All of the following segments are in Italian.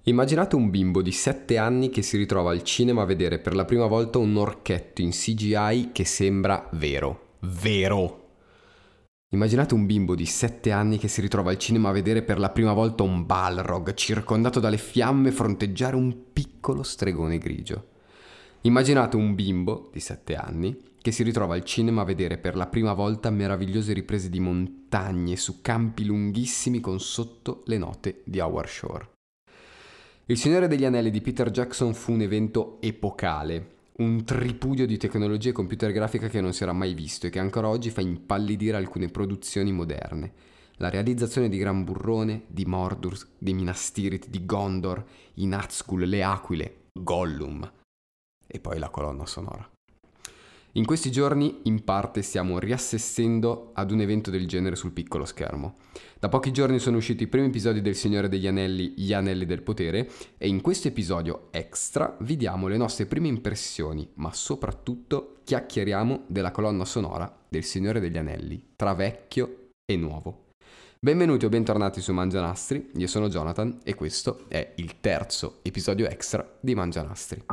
Immaginate un bimbo di 7 anni che si ritrova al cinema a vedere per la prima volta un orchetto in CGI che sembra vero. Vero! Immaginate un bimbo di 7 anni che si ritrova al cinema a vedere per la prima volta un Balrog circondato dalle fiamme fronteggiare un piccolo stregone grigio. Immaginate un bimbo di 7 anni che si ritrova al cinema a vedere per la prima volta meravigliose riprese di montagne su campi lunghissimi con sotto le note di Howard Shore. Il Signore degli Anelli di Peter Jackson fu un evento epocale, un tripudio di tecnologia e computer grafica che non si era mai visto e che ancora oggi fa impallidire alcune produzioni moderne. La realizzazione di Gran Burrone, di Mordor, di Minas Tirith, di Gondor, i Nazgûl, le Aquile, Gollum e poi la colonna sonora. In questi giorni, in parte, stiamo riassistendo ad un evento del genere sul piccolo schermo. Da pochi giorni sono usciti i primi episodi del Signore degli Anelli, Gli Anelli del Potere, e in questo episodio extra vi diamo le nostre prime impressioni, ma soprattutto chiacchieriamo della colonna sonora del Signore degli Anelli, tra vecchio e nuovo. Benvenuti o bentornati su Mangianastri, io sono Jonathan e questo è il terzo episodio extra di Mangianastri.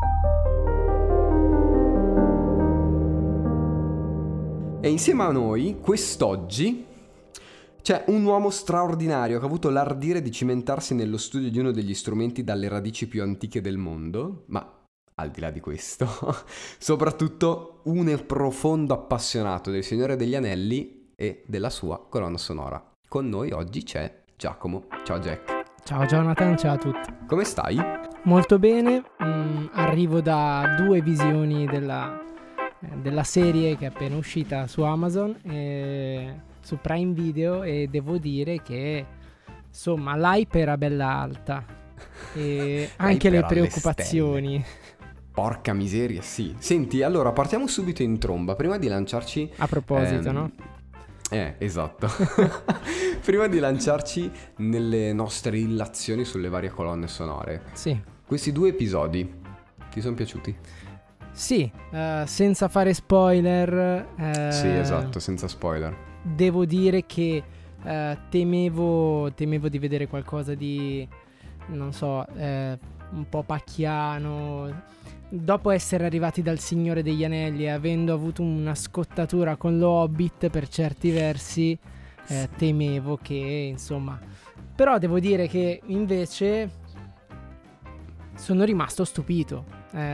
E insieme a noi, quest'oggi, c'è un uomo straordinario che ha avuto l'ardire di cimentarsi nello studio di uno degli strumenti dalle radici più antiche del mondo, ma al di là di questo, soprattutto un profondo appassionato del Signore degli Anelli e della sua colonna sonora. Con noi oggi c'è Giacomo. Ciao Jack. Ciao Jonathan, ciao a tutti. Come stai? Molto bene, arrivo da 2 visioni della serie che è appena uscita su Amazon e su Prime Video, e devo dire che insomma l'hype era bella alta e anche le preoccupazioni. Porca miseria, sì. Senti, allora partiamo subito in tromba prima di lanciarci. A proposito, no? Esatto. Prima di lanciarci nelle nostre illazioni sulle varie colonne sonore. Sì. Questi 2 episodi ti sono piaciuti? Sì, senza fare spoiler. Sì, esatto, senza spoiler. Devo dire che temevo di vedere qualcosa di, non so, un po' pacchiano. Dopo essere arrivati dal Signore degli Anelli e avendo avuto una scottatura con lo Hobbit per certi versi, temevo che, insomma. Però devo dire che invece sono rimasto stupito.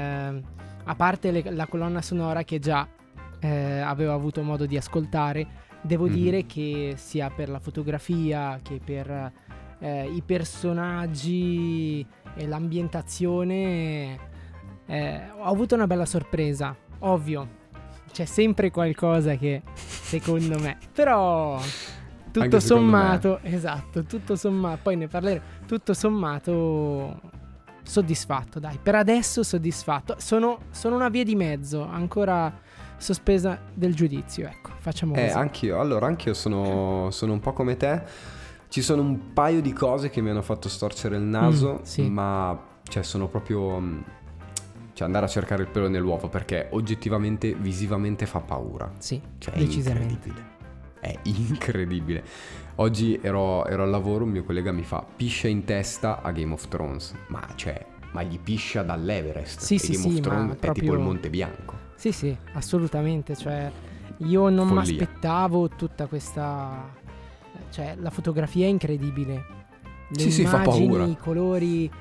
A parte la colonna sonora che già avevo avuto modo di ascoltare, devo dire che sia per la fotografia che per i personaggi e l'ambientazione ho avuto una bella sorpresa. Ovvio, c'è sempre qualcosa che secondo me, però tutto sommato, esatto, tutto sommato, poi ne parleremo, tutto sommato soddisfatto, dai, per adesso soddisfatto. Sono una via di mezzo, ancora sospesa del giudizio, ecco, facciamo così. Anch'io sono un po' come te. Ci sono un paio di cose che mi hanno fatto storcere il naso, sì. Ma sono proprio andare a cercare il pelo nell'uovo, perché oggettivamente visivamente fa paura. Sì, decisamente. È incredibile. Oggi ero al lavoro, un mio collega mi fa: piscia in testa a Game of Thrones. Ma gli piscia dall'Everest. Sì, Game of Thrones è tipo il Monte Bianco. Sì, assolutamente. Cioè, io non mi aspettavo tutta questa. Cioè, la fotografia è incredibile. Le immagini, fa paura. I colori,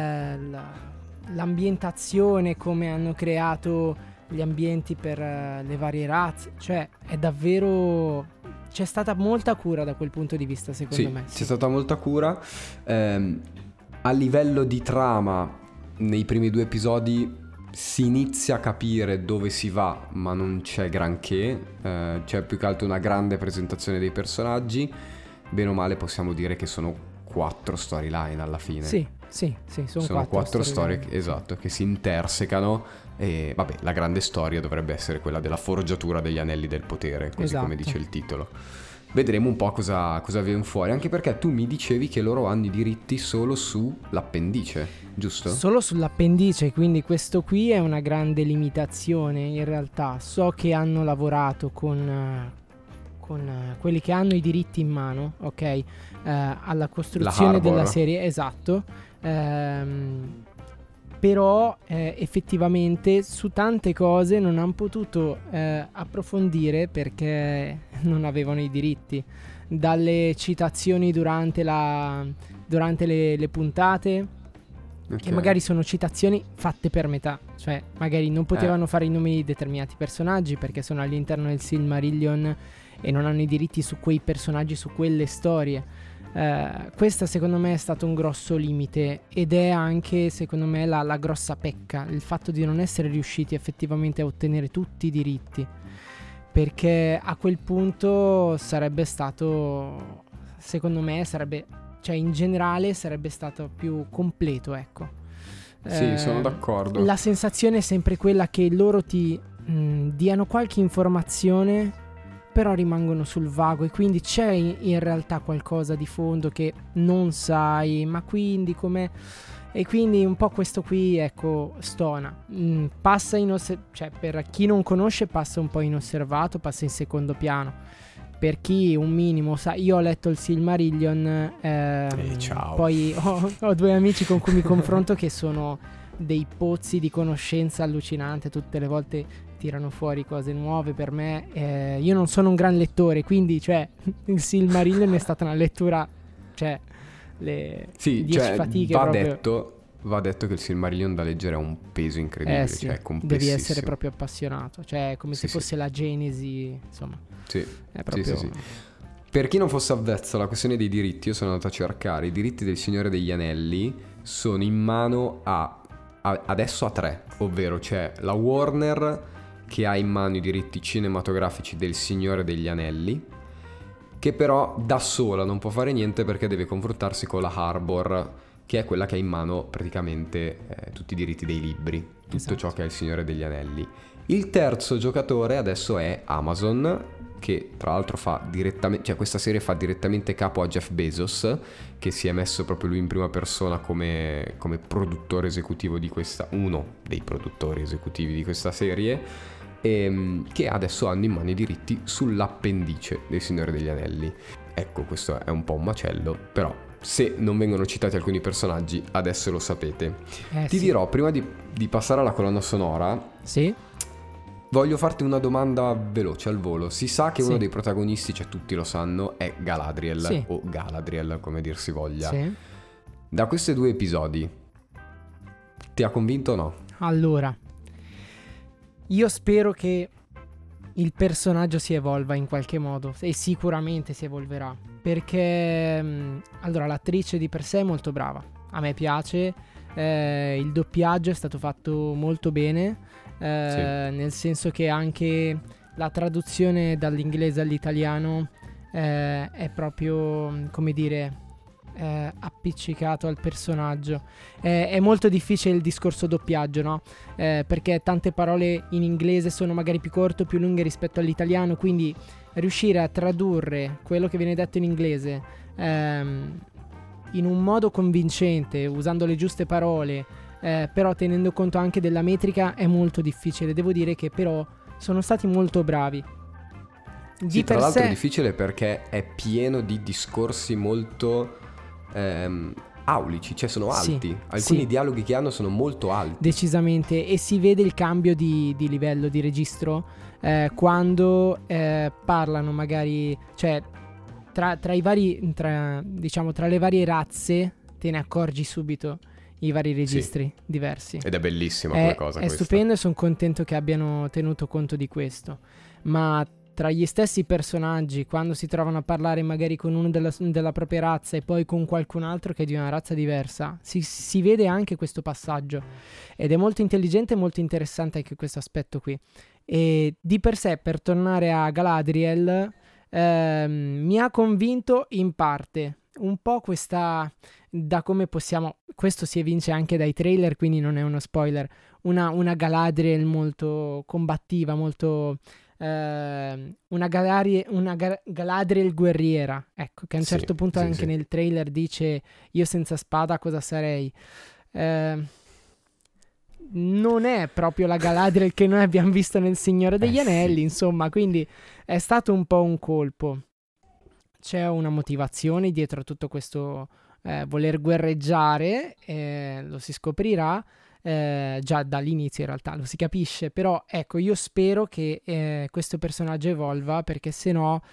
l'ambientazione, come hanno creato gli ambienti per le varie razze. Cioè, è davvero. C'è stata molta cura da quel punto di vista, secondo me. Sì, c'è stata molta cura. A livello di trama, nei primi 2 episodi si inizia a capire dove si va, ma non c'è granché. C'è più che altro una grande presentazione dei personaggi. Bene o male possiamo dire che sono 4 storyline alla fine. Sì, sono 4 storie, esatto, che si intersecano. E vabbè, la grande storia dovrebbe essere quella della forgiatura degli Anelli del Potere, così esatto. Come dice il titolo. Vedremo un po' cosa viene fuori, anche perché tu mi dicevi che loro hanno i diritti solo sull'appendice, giusto? Solo sull'appendice, quindi questo qui è una grande limitazione in realtà. So che hanno lavorato con quelli che hanno i diritti in mano, ok, alla costruzione della serie, esatto. Però effettivamente su tante cose non hanno potuto approfondire perché non avevano i diritti. Dalle citazioni durante le puntate, che magari sono citazioni fatte per metà, cioè magari non potevano fare i nomi di determinati personaggi perché sono all'interno del Silmarillion e non hanno i diritti su quei personaggi, su quelle storie. Questa secondo me è stato un grosso limite ed è anche secondo me la grossa pecca, il fatto di non essere riusciti effettivamente a ottenere tutti i diritti, perché a quel punto sarebbe stato, secondo me cioè in generale sarebbe stato più completo, ecco. Sì, sono d'accordo. La sensazione è sempre quella che loro ti diano qualche informazione però rimangono sul vago e quindi c'è in realtà qualcosa di fondo che non sai, ma quindi com'è? E quindi un po' questo qui, ecco, stona. Passa cioè per chi non conosce passa un po' inosservato, passa in secondo piano. Per chi un minimo sa, io ho letto il Silmarillion, ciao. Poi ho due amici con cui mi confronto che sono dei pozzi di conoscenza allucinante, tutte le volte tirano fuori cose nuove per me. Io non sono un gran lettore, quindi cioè il Silmarillion è stata una lettura, cioè le 10 fatiche proprio. Va detto che il Silmarillion da leggere ha un peso incredibile, Sì, cioè è complessissimo. devi essere proprio appassionato, cioè come se fosse la Genesi, insomma. Sì, è proprio... sì. Per chi non fosse avvezzo alla questione dei diritti, io sono andato a cercare i diritti del Signore degli Anelli, sono in mano adesso a 3, ovvero c'è la Warner che ha in mano i diritti cinematografici del Signore degli Anelli, che però da sola non può fare niente perché deve confrontarsi con la Harbor, che è quella che ha in mano praticamente tutti i diritti dei libri, tutto ciò che è il Signore degli Anelli. Il terzo giocatore adesso è Amazon, che tra l'altro fa direttamente, cioè questa serie fa direttamente capo a Jeff Bezos, che si è messo proprio lui in prima persona come produttore esecutivo di questa, uno dei produttori esecutivi di questa serie, che adesso hanno in mano i diritti sull'appendice del Signore degli Anelli. Ecco, questo è un po' un macello, però se non vengono citati alcuni personaggi adesso lo sapete. Ti dirò, prima di passare alla colonna sonora, sì, voglio farti una domanda veloce al volo. Si sa che uno dei protagonisti, cioè tutti lo sanno, è Galadriel, o Galadriel come dir si voglia. Sì. Da questi 2 episodi ti ha convinto o no? Allora, io spero che il personaggio si evolva in qualche modo e sicuramente si evolverà, perché allora l'attrice di per sé è molto brava, a me piace, il doppiaggio è stato fatto molto bene, nel senso che anche la traduzione dall'inglese all'italiano è proprio, come dire, appiccicato al personaggio. È molto difficile il discorso doppiaggio, no? Perché tante parole in inglese sono magari più corte o più lunghe rispetto all'italiano, quindi riuscire a tradurre quello che viene detto in inglese in un modo convincente, usando le giuste parole, però tenendo conto anche della metrica, è molto difficile. Devo dire che però sono stati molto bravi. Sì, tra l'altro è difficile perché è pieno di discorsi molto aulici, cioè sono alti. Alcuni dialoghi che hanno sono molto alti. Decisamente, e si vede il cambio di livello, di registro, quando parlano magari, cioè tra i vari, diciamo tra le varie razze te ne accorgi subito i vari registri diversi. Ed è bellissima quella cosa. È stupendo e sono contento che abbiano tenuto conto di questo. Ma tra gli stessi personaggi, quando si trovano a parlare magari con uno della propria razza e poi con qualcun altro che è di una razza diversa, si vede anche questo passaggio, ed è molto intelligente e molto interessante anche questo aspetto qui. E di per sé, per tornare a Galadriel, mi ha convinto in parte un po' questa, da come possiamo, questo si evince anche dai trailer, quindi non è uno spoiler, una Galadriel molto combattiva, molto una Galadriel guerriera, ecco, che a un certo punto anche nel trailer dice: io senza spada cosa sarei. non è proprio la Galadriel che noi abbiamo visto nel Signore degli Anelli, sì. insomma, quindi è stato un po' un colpo. C'è una motivazione dietro a tutto questo voler guerreggiare, lo si scoprirà già dall'inizio in realtà, lo si capisce, però ecco, io spero che questo personaggio evolva, perché se no,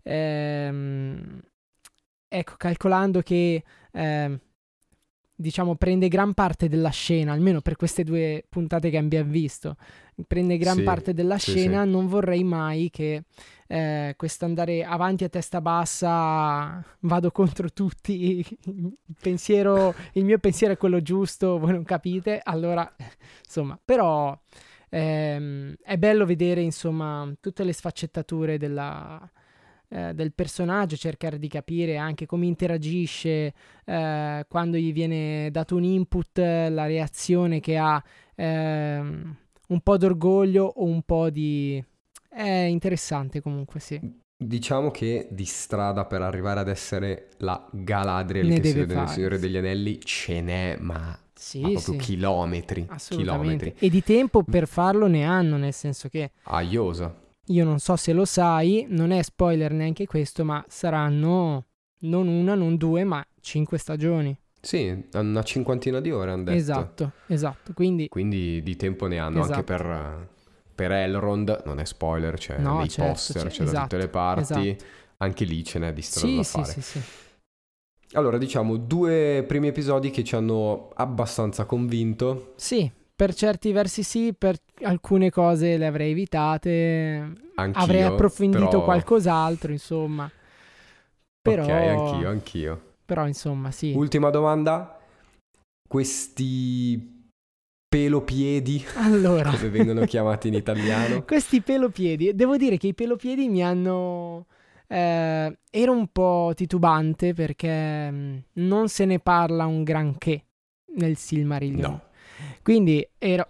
ecco, calcolando che diciamo prende gran parte della scena, almeno per queste 2 puntate che abbiamo visto, prende gran Sì, parte della sì, scena, sì. non vorrei mai che questo andare avanti a testa bassa, vado contro tutti, il mio pensiero è quello giusto, voi non capite, allora insomma, però è bello vedere insomma tutte le sfaccettature del personaggio, cercare di capire anche come interagisce quando gli viene dato un input, la reazione che ha, un po' d'orgoglio o un po' di... È interessante comunque, sì. Diciamo che di strada per arrivare ad essere la Galadriel Ne che si deve vede nel fare, Signore sì. degli Anelli ce n'è, ma Sì, proprio sì, chilometri, assolutamente. chilometri. E di tempo per farlo ne hanno, nel senso che Aiosa. io non so se lo sai, non è spoiler neanche questo, ma saranno non una, non 2, ma 5 stagioni. Sì, una cinquantina di ore hanno detto. Esatto, esatto. Quindi, Quindi di tempo ne hanno anche esatto. per Elrond, non è spoiler, c'è No, nei certo, poster, c'è da tutte le esatto, parti, esatto. anche lì ce n'è di strada Sì, da sì, fare. sì, sì. Allora, diciamo, 2 primi episodi che ci hanno abbastanza convinto. Sì, per certi versi sì, per alcune cose le avrei evitate, avrei Anch'io, approfondito però... qualcos'altro, insomma. Ok, Però, anch'io. però insomma, sì. Ultima domanda. Questi pelopiedi, Allora, come vengono chiamati in italiano? questi pelopiedi, devo dire che i pelopiedi mi hanno... ero un po' titubante perché non se ne parla un granché nel Silmarillion. No. Quindi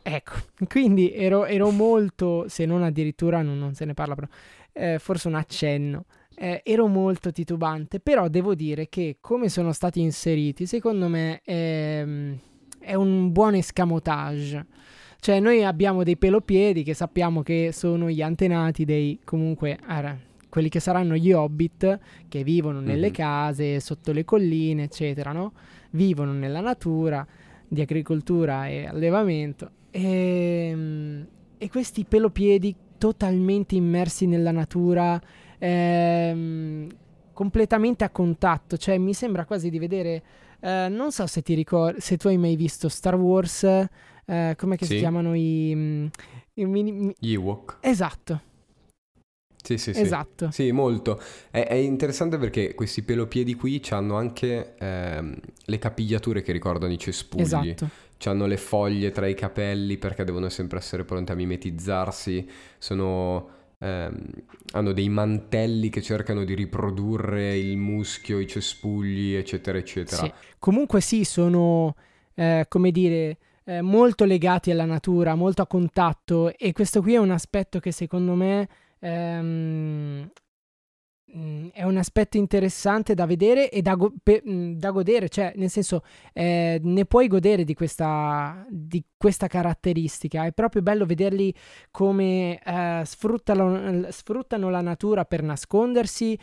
ero molto, se non addirittura non se ne parla però, forse un accenno. Ero molto titubante, però devo dire che come sono stati inseriti, secondo me è un buon escamotage. Cioè noi abbiamo dei pelopiedi che sappiamo che sono gli antenati dei, comunque, quelli che saranno gli hobbit, che vivono nelle Mhm. case, sotto le colline, eccetera, no? Vivono nella natura, di agricoltura e allevamento. E questi pelopiedi totalmente immersi nella natura, completamente a contatto, cioè mi sembra quasi di vedere, non so se ti ricordi, se tu hai mai visto Star Wars, come che si Sì, chiamano gli Ewok. esatto, Sì, sì, sì. esatto, Sì, molto. È interessante perché questi pelopiedi qui hanno anche le capigliature che ricordano i cespugli. esatto. C'hanno le foglie tra i capelli perché devono sempre essere pronti a mimetizzarsi. Sono, hanno dei mantelli che cercano di riprodurre il muschio, i cespugli, eccetera, eccetera. Sì. Comunque sì, sono, come dire, molto legati alla natura, molto a contatto, e questo qui è un aspetto che secondo me è un aspetto interessante da vedere e da godere, cioè nel senso ne puoi godere di questa caratteristica. È proprio bello vederli come sfruttano la natura per nascondersi,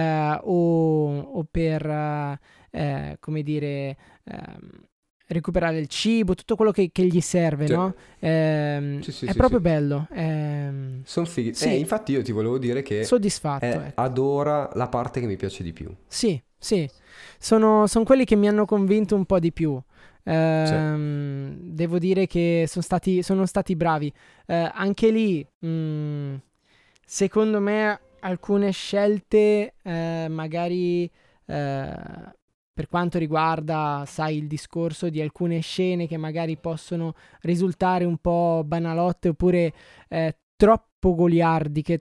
o per, come dire, recuperare il cibo, tutto quello che gli serve, Cioè, no? sì, sì, È sì, proprio sì. bello. Sono fighi. Sì, Infatti io ti volevo dire che soddisfatto, è ecco. ad ora la parte che mi piace di più. Sì, sì, sono quelli che mi hanno convinto un po' di più. Cioè, Devo dire che sono stati bravi. Anche lì, secondo me, alcune scelte, magari per quanto riguarda, sai, il discorso di alcune scene che magari possono risultare un po' banalotte oppure troppo goliardiche,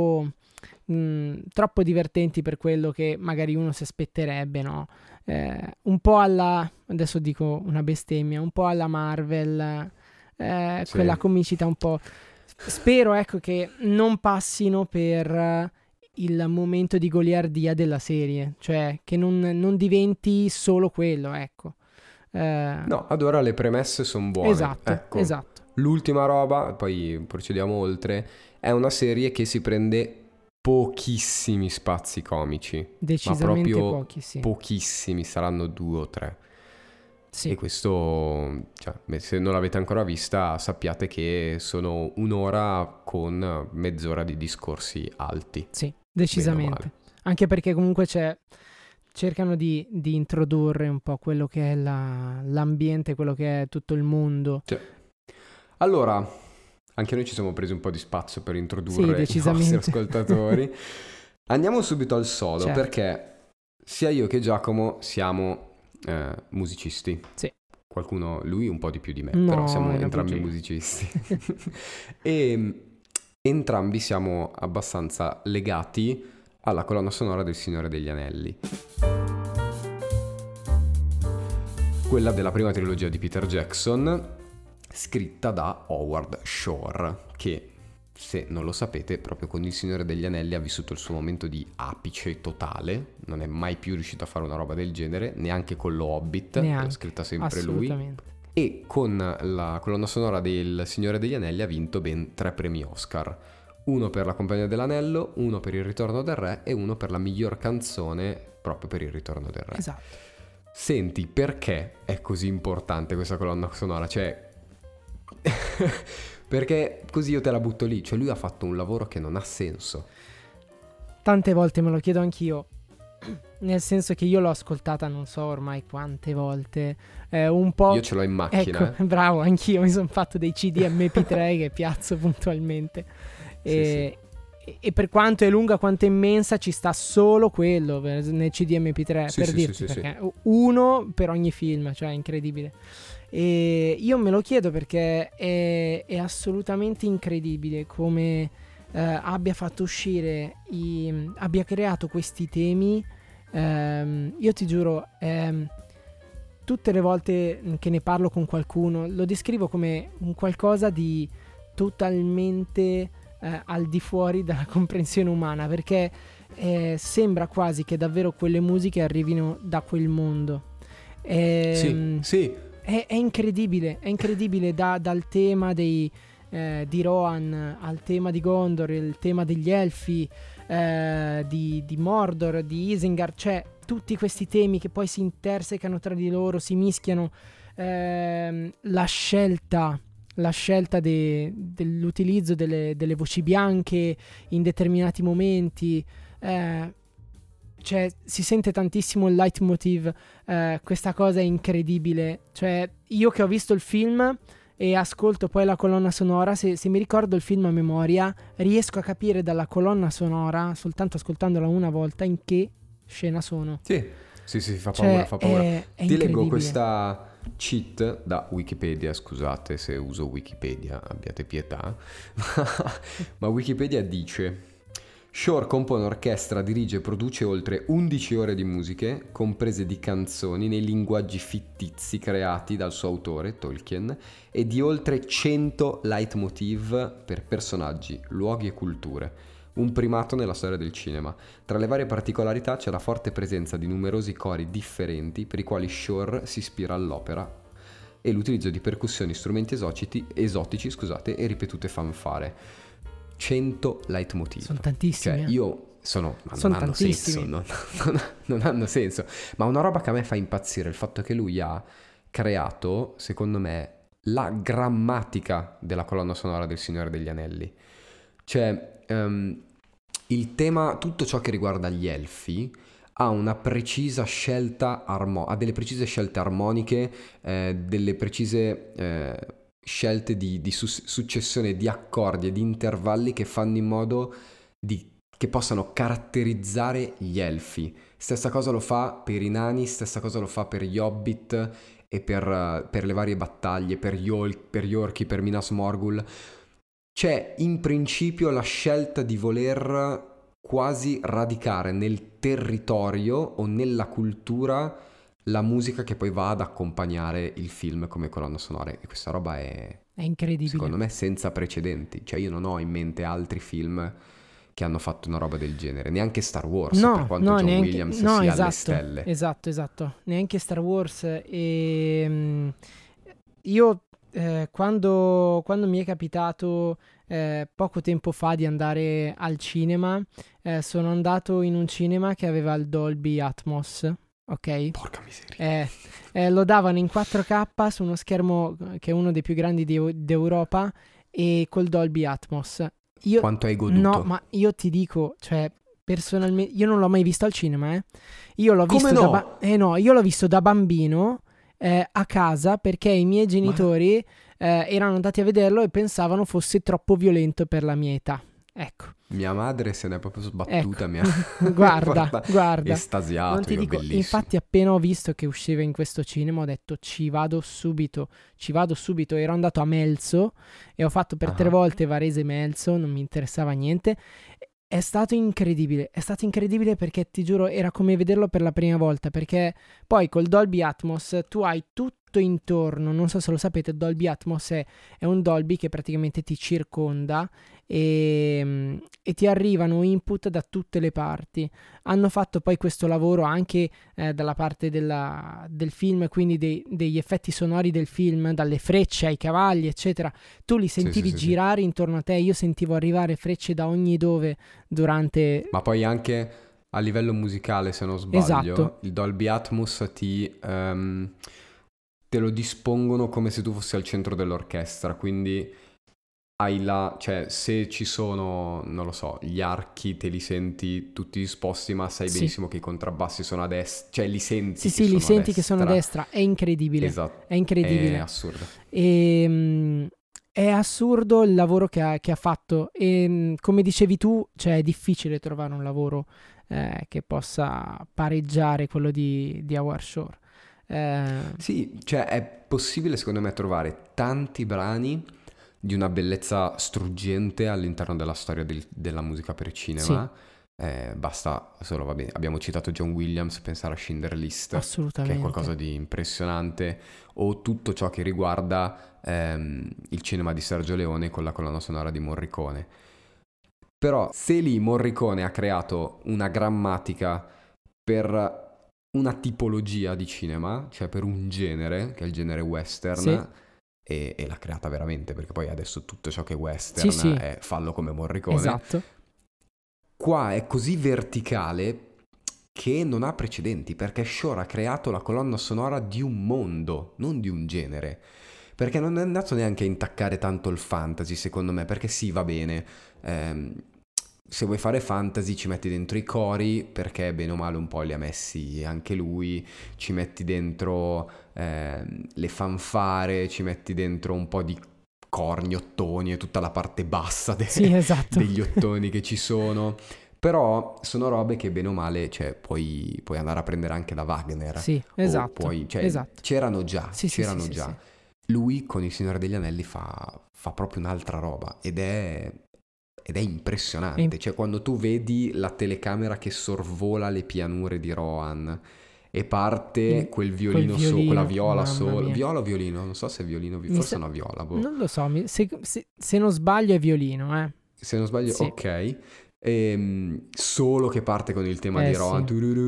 troppo divertenti per quello che magari uno si aspetterebbe, no? Un po' adesso dico una bestemmia, un po' alla Marvel, quella sì. comicità un po'. Spero, ecco, che non passino per il momento di goliardia della serie, cioè che non diventi solo quello, ecco. No, ad ora le premesse sono buone. Esatto, Ecco, esatto. l'ultima roba, poi procediamo oltre, è una serie che si prende pochissimi spazi comici, Decisamente ma proprio pochi, sì. pochissimi, saranno 2 o 3. Sì, E questo, cioè, se non l'avete ancora vista, sappiate che sono 1 ora con mezz'ora di discorsi alti. sì, Bene o decisamente. male. Anche perché comunque cercano di introdurre un po' quello che è l'ambiente, quello che è tutto il mondo. Cioè, allora, anche noi ci siamo presi un po' di spazio per Sì, introdurre i nostri decisamente. ascoltatori. Andiamo subito al sodo, Certo. perché sia io che Giacomo siamo musicisti. Sì. Qualcuno, lui un po' di più di me, No, però siamo è una entrambi bugia. musicisti. E entrambi siamo abbastanza legati alla colonna sonora del Signore degli Anelli. Quella della prima trilogia di Peter Jackson, scritta da Howard Shore, che, se non lo sapete, proprio con Il Signore degli Anelli ha vissuto il suo momento di apice totale, non è mai più riuscito a fare una roba del genere, neanche con lo Hobbit, l'ha scritta sempre lui. Assolutamente. E con la colonna sonora del Signore degli Anelli ha vinto ben 3 premi Oscar. Uno per La Compagnia dell'Anello, uno per Il Ritorno del Re e uno per la miglior canzone proprio per Il Ritorno del Re. Esatto. Senti, perché è così importante questa colonna sonora? Cioè, perché così io te la butto lì. Cioè, lui ha fatto un lavoro che non ha senso. Tante volte me lo chiedo anch'io. Nel senso che io l'ho ascoltata non so ormai quante volte. Un po'. Io ce l'ho in macchina. Ecco, bravo, anch'io mi sono fatto dei CD MP3 che piazzo puntualmente. Sì. E per quanto è lunga, quanto è immensa, ci sta solo quello nel CD MP3, Sì, per sì, dirti, sì, sì, perché uno per ogni film, cioè è incredibile. E io me lo chiedo perché è assolutamente incredibile come abbia fatto uscire, abbia creato questi temi. Io ti giuro, tutte le volte che ne parlo con qualcuno lo descrivo come un qualcosa di totalmente al di fuori dalla comprensione umana, perché sembra quasi che davvero quelle musiche arrivino da quel mondo. Sì. È incredibile dal tema di Rohan al tema di Gondor, il tema degli elfi, di Mordor, di Isengard, cioè tutti questi temi che poi si intersecano tra di loro, si mischiano, la scelta dell'utilizzo delle voci bianche in determinati momenti, cioè si sente tantissimo il leitmotiv. Questa cosa è incredibile, cioè io che ho visto il film e ascolto poi la colonna sonora, se mi ricordo il film a memoria riesco a capire dalla colonna sonora, soltanto ascoltandola una volta, in che scena sono. Sì, fa Cioè, paura. è Ti leggo incredibile. questa cheat da Wikipedia, scusate se uso Wikipedia, abbiate pietà. Ma Wikipedia dice: Shore compone, orchestra, dirige e produce oltre 11 ore di musiche, comprese di canzoni nei linguaggi fittizi creati dal suo autore, Tolkien, e di oltre 100 leitmotiv per personaggi, luoghi e culture. Un primato nella storia del cinema. Tra le varie particolarità c'è la forte presenza di numerosi cori differenti per i quali Shore si ispira all'opera e l'utilizzo di percussioni, strumenti esotici, e ripetute fanfare. 100 leitmotiv. Sono tantissimi. Cioè, io sono... Ma Sono non hanno tantissimi. senso, non hanno senso. Ma una roba che a me fa impazzire è il fatto che lui ha creato, secondo me, la grammatica della colonna sonora del Signore degli Anelli. Cioè, il tema, tutto ciò che riguarda gli elfi ha una precisa scelta ha delle precise scelte armoniche, delle precise scelte di successione di accordi e di intervalli che fanno in modo che possano caratterizzare gli elfi. Stessa cosa lo fa per i nani, stessa cosa lo fa per gli hobbit e per le varie battaglie, per gli orchi, per Minas Morgul. C'è in principio la scelta di voler quasi radicare nel territorio o nella cultura la musica che poi va ad accompagnare il film come colonna sonora, e questa roba è incredibile. Secondo me senza precedenti. Cioè io non ho in mente altri film che hanno fatto una roba del genere, neanche Star Wars, No, per quanto no, John neanche, Williams no, sia alle esatto, stelle. esatto, neanche Star Wars. Io quando mi è capitato poco tempo fa di andare al cinema, sono andato in un cinema che aveva il Dolby Atmos, ok? Porca miseria. Lo davano in 4K su uno schermo che è uno dei più grandi d'Europa e col Dolby Atmos. Quanto hai goduto? No, ma io ti dico, cioè, personalmente, io non l'ho mai visto al cinema, eh. Io l'ho Come visto no? no, io l'ho visto da bambino a casa perché i miei genitori erano andati a vederlo e pensavano fosse troppo violento per la mia età. Ecco, Mia madre se n'è proprio sbattuta, mi ha guarda, guarda. estasiato, Non ti io, dico, bellissimo. infatti appena ho visto che usciva in questo cinema ho detto ci vado subito. Ero andato a Melzo e ho fatto per 3 volte Varese Melzo, non mi interessava niente. È stato incredibile perché ti giuro era come vederlo per la prima volta, perché poi col Dolby Atmos tu hai tutto intorno, non so se lo sapete, Dolby Atmos è un Dolby che praticamente ti circonda e ti arrivano input da tutte le parti. Hanno fatto poi questo lavoro anche dalla parte del film, quindi degli effetti sonori del film, dalle frecce ai cavalli, eccetera. Tu li sentivi girare intorno a te, io sentivo arrivare frecce da ogni dove durante... Ma poi anche a livello musicale, se non sbaglio, Esatto. il Dolby Atmos te lo dispongono come se tu fossi al centro dell'orchestra, quindi cioè se ci sono, non lo so, gli archi te li senti tutti disposti, ma sai benissimo che i contrabbassi sono a destra, cioè li senti li senti che sono a destra, è incredibile. Esatto. È incredibile. È assurdo. È assurdo il lavoro che ha fatto e come dicevi tu, cioè è difficile trovare un lavoro che possa pareggiare quello di Howard Shore. Sì, cioè è possibile secondo me trovare tanti brani di una bellezza struggente all'interno della storia della musica per cinema. Basta solo, va bene, abbiamo citato John Williams, pensare a Schindler's List, assolutamente, che è qualcosa di impressionante, o tutto ciò che riguarda il cinema di Sergio Leone con la colonna sonora di Morricone. Però se lì Morricone ha creato una grammatica per una tipologia di cinema, cioè per un genere, che è il genere western, e l'ha creata veramente, perché poi adesso tutto ciò che è western è fallo come Morricone. Esatto. Qua è così verticale che non ha precedenti, perché Shore ha creato la colonna sonora di un mondo, non di un genere. Perché non è andato neanche a intaccare tanto il fantasy, secondo me, perché sì, va bene, se vuoi fare fantasy ci metti dentro i cori, perché bene o male un po' li ha messi anche lui, ci metti dentro le fanfare, ci metti dentro un po' di corni, ottoni e tutta la parte bassa esatto. degli ottoni che ci sono. Però sono robe che bene o male, cioè, puoi andare a prendere anche da Wagner. Sì, esatto. C'erano già, Sì. Lui con Il Signore degli Anelli fa proprio un'altra roba ed è impressionante. Cioè quando tu vedi la telecamera che sorvola le pianure di Rohan e parte quel violino solo, quella viola solo, viola o violino? Non so se è violino, forse è una viola. Boh. Non lo so, se non sbaglio è violino, Se non sbaglio, sì. Ok. Solo che parte con il tema di Rohan.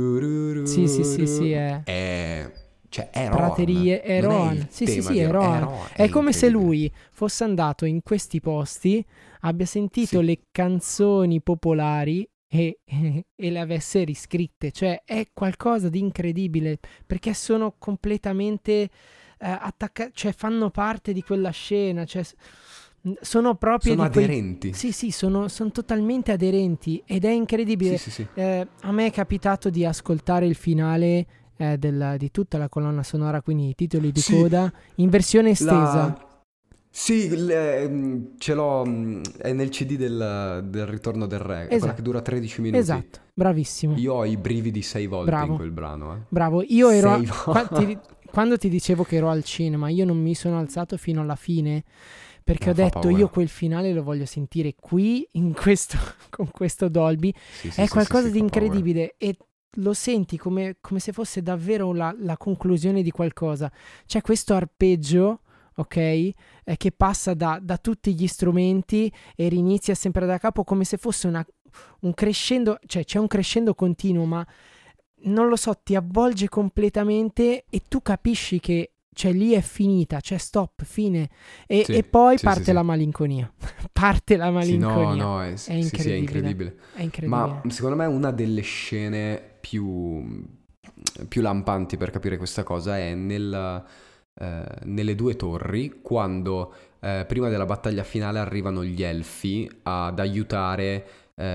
Sì, cioè è praterie, è Rohan. Sì, è Rohan. È come se lui fosse andato in questi posti, abbia sentito le canzoni popolari e le avesse riscritte. Cioè è qualcosa di incredibile, perché sono completamente attaccati, cioè fanno parte di quella scena, cioè sono proprio aderenti. Sì, sono totalmente aderenti ed è incredibile. Sì. A me è capitato di ascoltare il finale di tutta la colonna sonora, quindi i titoli di coda in versione estesa. Sì, ce l'ho, è nel CD del Ritorno del Re, è quella che dura 13 minuti. Esatto, bravissimo. Io ho i brividi 6 volte in quel brano. Bravo, io ero... quando ti dicevo che ero al cinema, io non mi sono alzato fino alla fine, perché ho detto io quel finale lo voglio sentire qui, con questo Dolby. È qualcosa di incredibile e lo senti come se fosse davvero la conclusione di qualcosa. C'è questo arpeggio, ok, che passa da tutti gli strumenti e rinizia sempre da capo come se fosse un crescendo, cioè c'è un crescendo continuo, ma non lo so, ti avvolge completamente e tu capisci che cioè lì è finita, c'è stop, fine e poi parte la malinconia. Parte la malinconia. È incredibile. sì, è incredibile. È incredibile. Ma secondo me una delle scene più lampanti per capire questa cosa è nelle due torri, quando prima della battaglia finale arrivano gli elfi ad aiutare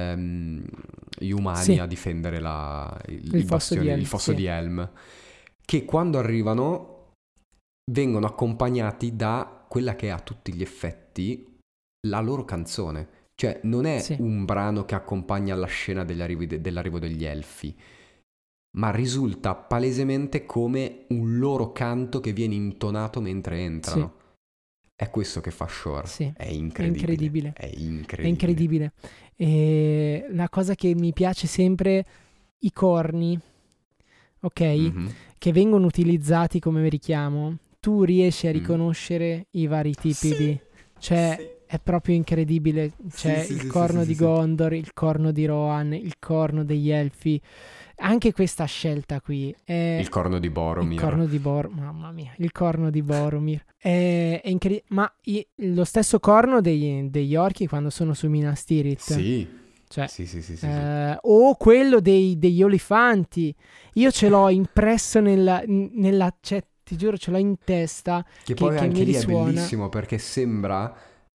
gli umani a difendere il fosso di Helm, che quando arrivano vengono accompagnati da quella che è a tutti gli effetti la loro canzone. Cioè non è un brano che accompagna la scena dell'arrivo degli elfi, ma risulta palesemente come un loro canto che viene intonato mentre entrano. È questo che fa Shore. È incredibile. È incredibile. E la cosa che mi piace sempre, i corni, ok? Che vengono utilizzati come richiamo. Tu riesci a riconoscere i vari tipi di... Cioè, è proprio incredibile. C'è il corno di Gondor, il corno di Rohan, il corno degli elfi. Anche questa scelta qui è... Il corno di Boromir. Mamma mia, il corno di Boromir. È incredibile. Ma lo stesso corno degli orchi quando sono su Minas Tirith. Sì. Cioè, sì. O quello degli olifanti. Io ce l'ho impresso nella cioè, ti giuro, ce l'ho in testa. Che poi che anche mi lì risuona. È bellissimo perché sembra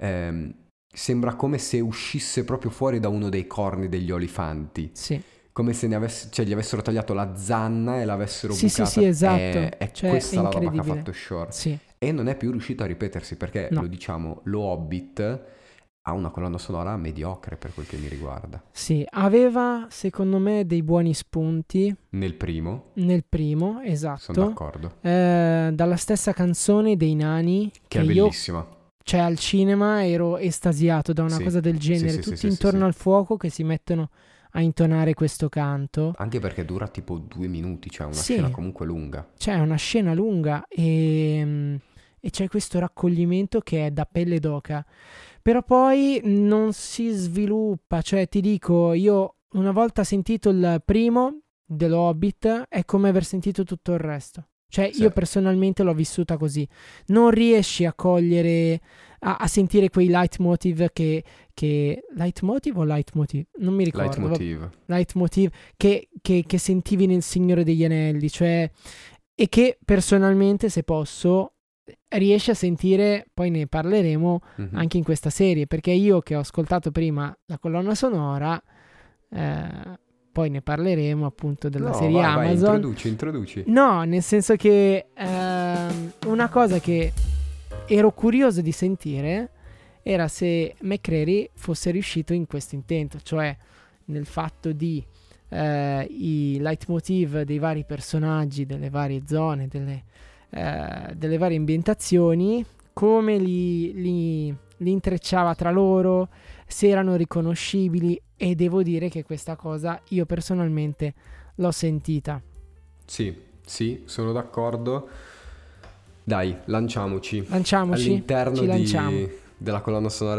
come se uscisse proprio fuori da uno dei corni degli olifanti. Sì. Come se gli avessero tagliato la zanna e l'avessero bucata. Sì, esatto. È questa la roba che ha fatto Shore. Sì. E non è più riuscito a ripetersi perché, lo diciamo, lo Hobbit ha una colonna sonora mediocre per quel che mi riguarda. Sì, aveva secondo me dei buoni spunti. Nel primo, esatto. sono d'accordo. Dalla stessa canzone dei Nani. Che è bellissima. Cioè al cinema ero estasiato da una cosa del genere. Tutti intorno al fuoco che si mettono a intonare questo canto. Anche perché dura tipo 2 minuti, cioè una scena comunque lunga. Cioè una scena lunga e c'è questo raccoglimento che è da pelle d'oca. Però poi non si sviluppa, cioè ti dico, io una volta sentito il primo dello Hobbit è come aver sentito tutto il resto. Cioè io personalmente l'ho vissuta così. Non riesci a cogliere, a sentire quei leitmotiv che leitmotiv o leitmotiv? Non mi ricordo. Leitmotiv che sentivi nel Signore degli Anelli, cioè, e che personalmente, se posso, riesci a sentire, poi ne parleremo anche in questa serie, perché io che ho ascoltato prima la colonna sonora, poi ne parleremo appunto della serie Amazon. Introduci. No, nel senso che una cosa che ero curioso di sentire era se McCreary fosse riuscito in questo intento, cioè nel fatto di i leitmotiv dei vari personaggi, delle varie zone, delle varie ambientazioni, come li intrecciava tra loro, se erano riconoscibili, e devo dire che questa cosa io personalmente l'ho sentita. Sì, sono d'accordo. Dai, lanciamoci. All'interno della colonna sonora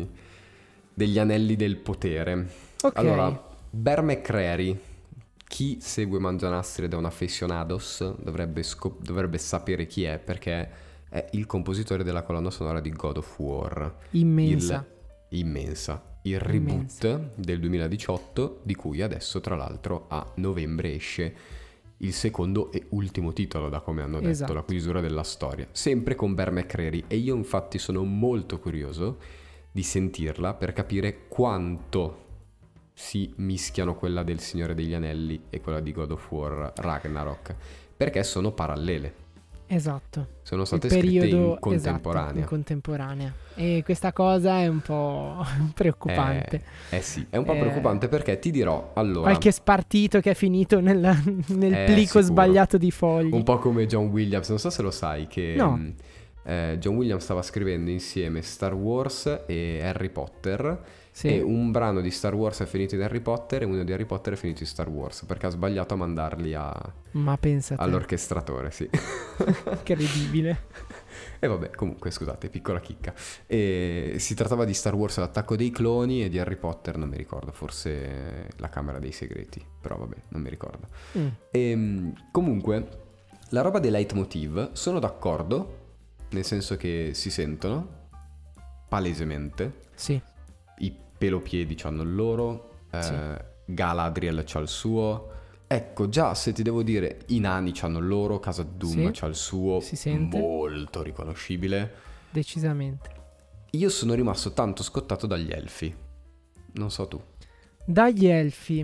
degli Anelli del Potere. Ok. Allora, Bear McCreary, chi segue Mangianastri ed è un aficionados dovrebbe sapere chi è, perché è il compositore della colonna sonora di God of War. Immensa. Il reboot del 2018, di cui adesso tra l'altro a novembre esce il secondo e ultimo titolo, da come hanno detto, la chiusura della storia, sempre con Bear McCreary, e io infatti sono molto curioso di sentirla per capire quanto si mischiano quella del Signore degli Anelli e quella di God of War Ragnarok, perché sono parallele. Esatto. Sono state scritte in contemporanea. In contemporanea. E questa cosa è un po' preoccupante. Sì, è un po' preoccupante, perché ti dirò, allora, qualche spartito che è finito nel plico sbagliato di fogli. Un po' come John Williams, non so se lo sai, che no. John Williams stava scrivendo insieme Star Wars e Harry Potter. Sì. E un brano di Star Wars è finito in Harry Potter e uno di Harry Potter è finito in Star Wars, perché ha sbagliato a mandarli Ma pensa te. all'orchestratore, sì. Incredibile. E vabbè, comunque, scusate, piccola chicca. E si trattava di Star Wars l'attacco dei cloni e di Harry Potter, non mi ricordo, forse la Camera dei Segreti, però vabbè, non mi ricordo. Mm. Comunque, la roba dei leitmotiv, sono d'accordo, nel senso che si sentono, palesemente. Sì, I pelopiedi c'hanno il loro, Sì. Galadriel c'ha il suo. Ecco, già se ti devo dire, i nani c'hanno il loro, Casa Doom Sì, c'ha il suo, si sente. molto riconoscibile. Decisamente. Io sono rimasto tanto scottato dagli elfi. Non so tu. Dagli elfi.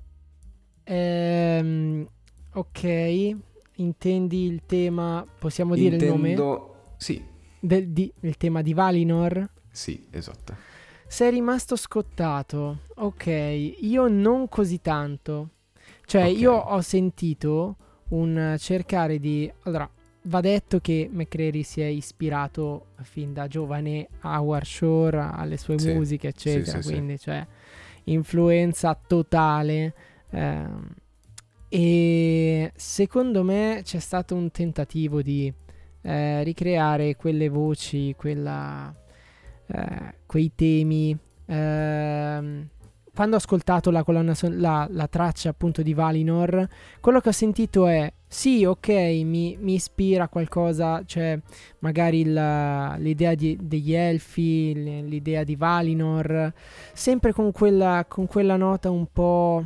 Ok, intendi il tema, possiamo dire il nome? Intendo... Sì, Il tema di Valinor? sì, esatto. Sei rimasto scottato. Ok, io non così tanto. Cioè, Ok. io ho sentito un cercare di... Allora, va detto che McCreary si è ispirato fin da giovane a Howard Shore, alle sue Sì, musiche, eccetera. sì, sì. Quindi, cioè, influenza totale. ehm, e secondo me c'è stato un tentativo di ricreare quelle voci, quei temi. Quando ho ascoltato la colonna la traccia appunto di Valinor, quello che ho sentito è sì, ok, mi ispira a qualcosa, cioè magari l'idea degli elfi, l'idea di Valinor, sempre con quella nota un po'...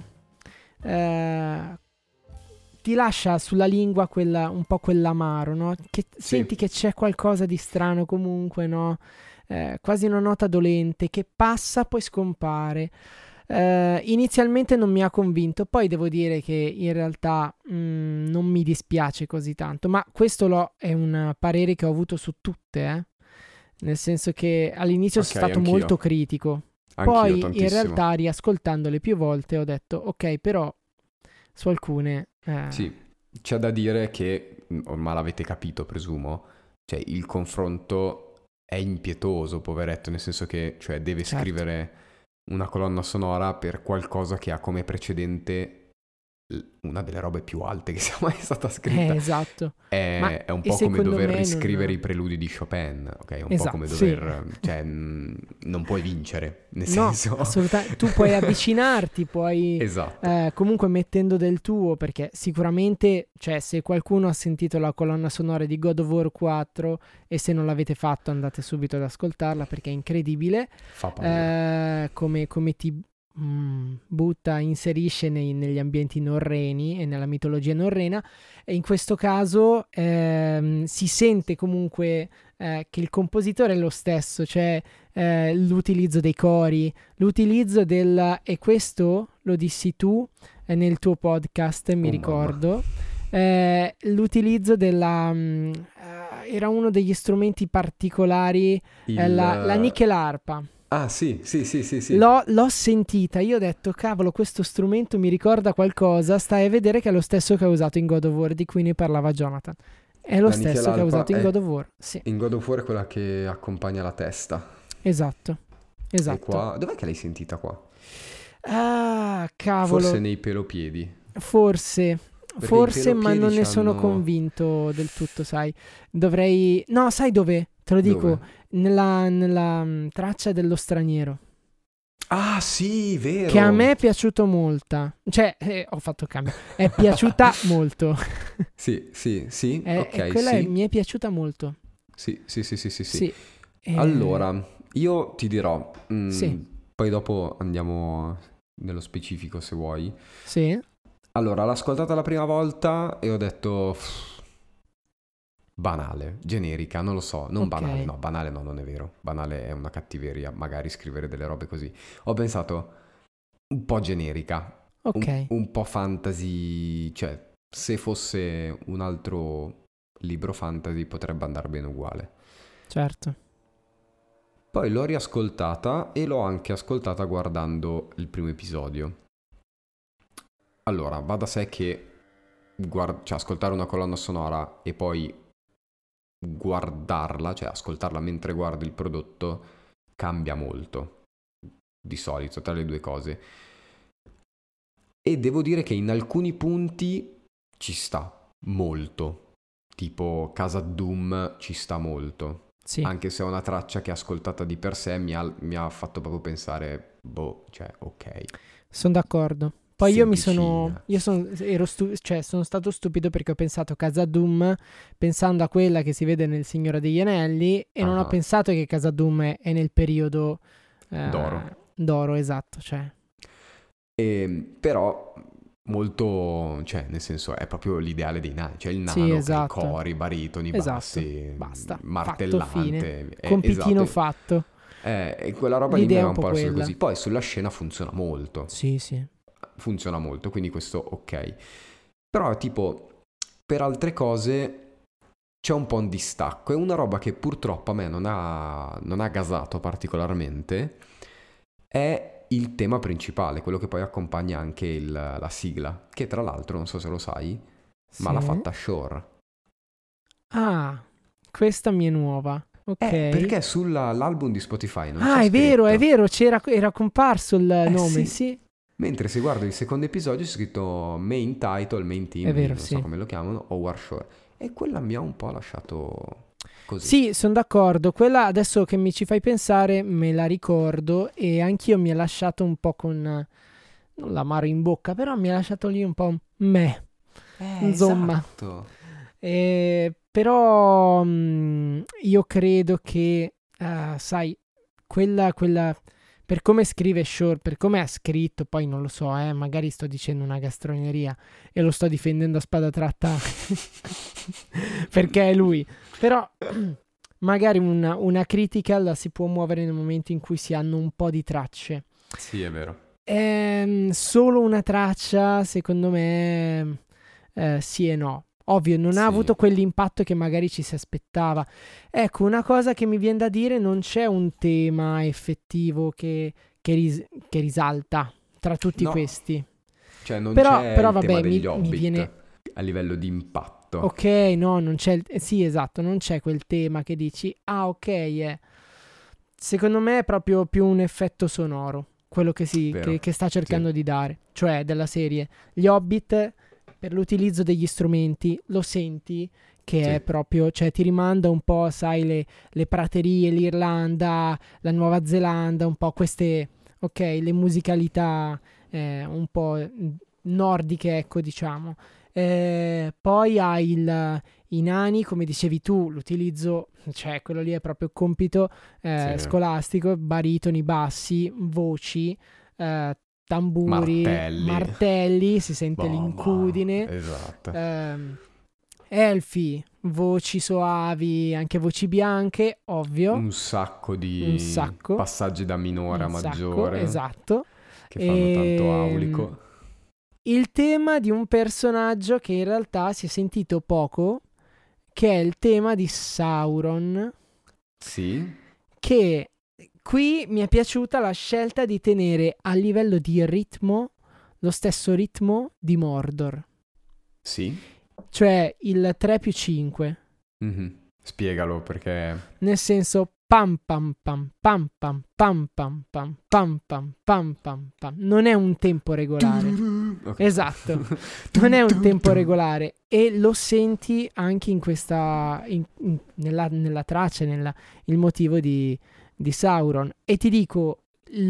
ti lascia sulla lingua un po' quell'amaro, no? Che Sì, senti che c'è qualcosa di strano comunque, no? Quasi una nota dolente che passa poi scompare. Inizialmente non mi ha convinto, poi devo dire che in realtà non mi dispiace così tanto, ma questo è un parere che ho avuto su tutte, nel senso che all'inizio ok, sono stato anch'io. molto critico, Anch'io, poi in tantissimo. realtà riascoltandole più volte ho detto ok, però su alcune... Sì, c'è da dire che, ormai l'avete capito, presumo, cioè il confronto è impietoso, poveretto, nel senso che, cioè, deve certo. scrivere una colonna sonora per qualcosa che ha come precedente una delle robe più alte che sia mai stata scritta. Esatto. Ma È un e po' come secondo dover me riscrivere non... i preludi di Chopin, ok? È un po' Esatto, come sì. dover, cioè, non puoi vincere, nel No, senso... assolutamente. Tu puoi avvicinarti, puoi Esatto. comunque mettendo del tuo, perché sicuramente, cioè, se qualcuno ha sentito la colonna sonora di God of War 4 e se non l'avete fatto andate subito ad ascoltarla perché è incredibile, Fa paura. come ti butta, inserisce negli ambienti norreni e nella mitologia norrena, e in questo caso si sente comunque che il compositore è lo stesso, cioè l'utilizzo dei cori, l'utilizzo e questo lo dissi tu nel tuo podcast, mi Oh mamma. ricordo, l'utilizzo era uno degli strumenti particolari, Il... la nickel arpa. Ah, sì, sì, sì, sì, sì. L'ho sentita, io ho detto, cavolo, questo strumento mi ricorda qualcosa, stai a vedere che è lo stesso che ha usato in God of War, di cui ne parlava Jonathan. È lo La Nickel stesso che ha Alpa usato in God è of War, sì, in God of War è quella che accompagna la testa. esatto, E esatto. qua... Dov'è che l'hai sentita qua? Ah, Forse cavolo, nei pelopiedi. forse, Perché i forse, ma pelopiedi non ne sono c'hanno... convinto del tutto, sai. Dovrei... No, sai dove? Te lo Dove? dico, nella traccia dello straniero. Ah, sì, Che a me vero! è piaciuto molto. Cioè, ho fatto cambio. È piaciuta molto. Sì, sì, sì, E ok, quella sì. mi è piaciuta molto. Sì, sì, sì, sì, sì, sì. Sì. Allora, io ti dirò, Sì. poi dopo andiamo nello specifico se vuoi. Sì. Allora, l'ho ascoltata la prima volta e ho detto banale, generica, non lo so, non Ok. banale no, non è vero. Banale è una cattiveria, magari scrivere delle robe così. Ho pensato un po' generica, Ok. un po' fantasy, cioè se fosse un altro libro fantasy potrebbe andare bene uguale. Certo. Poi l'ho riascoltata e l'ho anche ascoltata guardando il primo episodio. Allora, va da sé che cioè, ascoltare una colonna sonora e poi guardarla, cioè ascoltarla mentre guardi il prodotto, cambia molto, di solito, tra le due cose. E devo dire che in alcuni punti ci sta molto. tipo Casa Doom ci sta molto. Sì, Anche se è una traccia che ascoltata di per sé mi ha fatto proprio pensare, boh, cioè, ok, sono d'accordo. Poi semplicina. sono stato stupido perché ho pensato Casa Doom pensando a quella che si vede nel Signore degli Anelli e non ho Ah, pensato che Casa Doom è nel periodo d'oro. d'oro, esatto, cioè. Però molto, cioè, nel senso, è proprio l'ideale dei nani, cioè il Sì, nano che ha i esatto, cori, i baritoni, i esatto, bassi, basta, fatto, fine. martellante, Compitino esatto. fatto. E quella roba lì mi L'idea è aveva un un po' po' lasciato quella. così. Poi sulla scena Sì, sì. funziona molto, quindi questo ok. Però tipo, per altre cose c'è un po' un distacco. È una roba che purtroppo a me non ha gasato particolarmente. È il tema principale, quello che poi accompagna anche la sigla, che tra l'altro, non so se lo sai, ma l'ha Sì. fatta Shore. Ah, questa mi è nuova. Ok. Perché sull'album di Spotify non c'è Ah, è scritto. vero, era comparso il nome, Sì. sì. Mentre se guardo il secondo episodio c'è scritto main title, main È team, vero, non so sì. come lo chiamano, Howard Shore. E quella mi ha un po' lasciato così. Sì, sono d'accordo. Quella adesso che mi ci fai pensare me la ricordo e anch'io mi ha lasciato un po' con non l'amaro in bocca, però mi ha lasciato lì un po' meh, insomma. Esatto. Però io credo che, sai, quella per come scrive Shore, per come ha scritto, poi non lo so, magari sto dicendo una gastroneria e lo sto difendendo a spada tratta perché è lui. Però magari una critica la si può muovere nel momento in cui si hanno un po' di tracce. Sì, è vero. Solo una traccia, secondo me, sì e no. Ovvio, non ha Sì. avuto quell'impatto che magari ci si aspettava. Ecco, una cosa che mi viene da dire, non c'è un tema effettivo che risalta tra tutti No, questi. cioè non c'è Però il tema vabbè, degli mi Hobbit viene... a livello di Ok, impatto. no, non c'è... sì, esatto, non c'è quel tema che dici, ah, ok, secondo me è proprio più un effetto sonoro, quello Vero? che sta Sì, cercando di dare, cioè della serie. Gli Hobbit, per l'utilizzo degli strumenti, lo senti che sì, è proprio, cioè ti rimanda un po', sai, le praterie, l'Irlanda, la Nuova Zelanda, un po' queste, ok, le musicalità un po' nordiche, ecco, diciamo. Poi hai i nani, come dicevi tu, l'utilizzo, cioè quello lì è proprio compito sì. scolastico, baritoni, bassi, voci, tamburi, Martelli. martelli, si sente Mamma. l'incudine, Esatto. ehm, elfi, voci soavi, anche voci bianche, ovvio, Un sacco un di sacco, passaggi da minore a maggiore esatto. che fanno tanto E aulico. il tema di un personaggio che in realtà si è sentito poco, che è il tema di Sauron, Sì, che qui mi è piaciuta la scelta di tenere a livello di ritmo lo stesso ritmo di Mordor, sì. cioè il 3 più 5, Mhm. Spiegalo perché... nel senso pam pam pam pam pam pam pam pam pam pam pam pam pam, non è un tempo regolare. Ok. Esatto, non è un tempo regolare e lo senti anche in questa, nella traccia, il motivo di Sauron. E ti dico,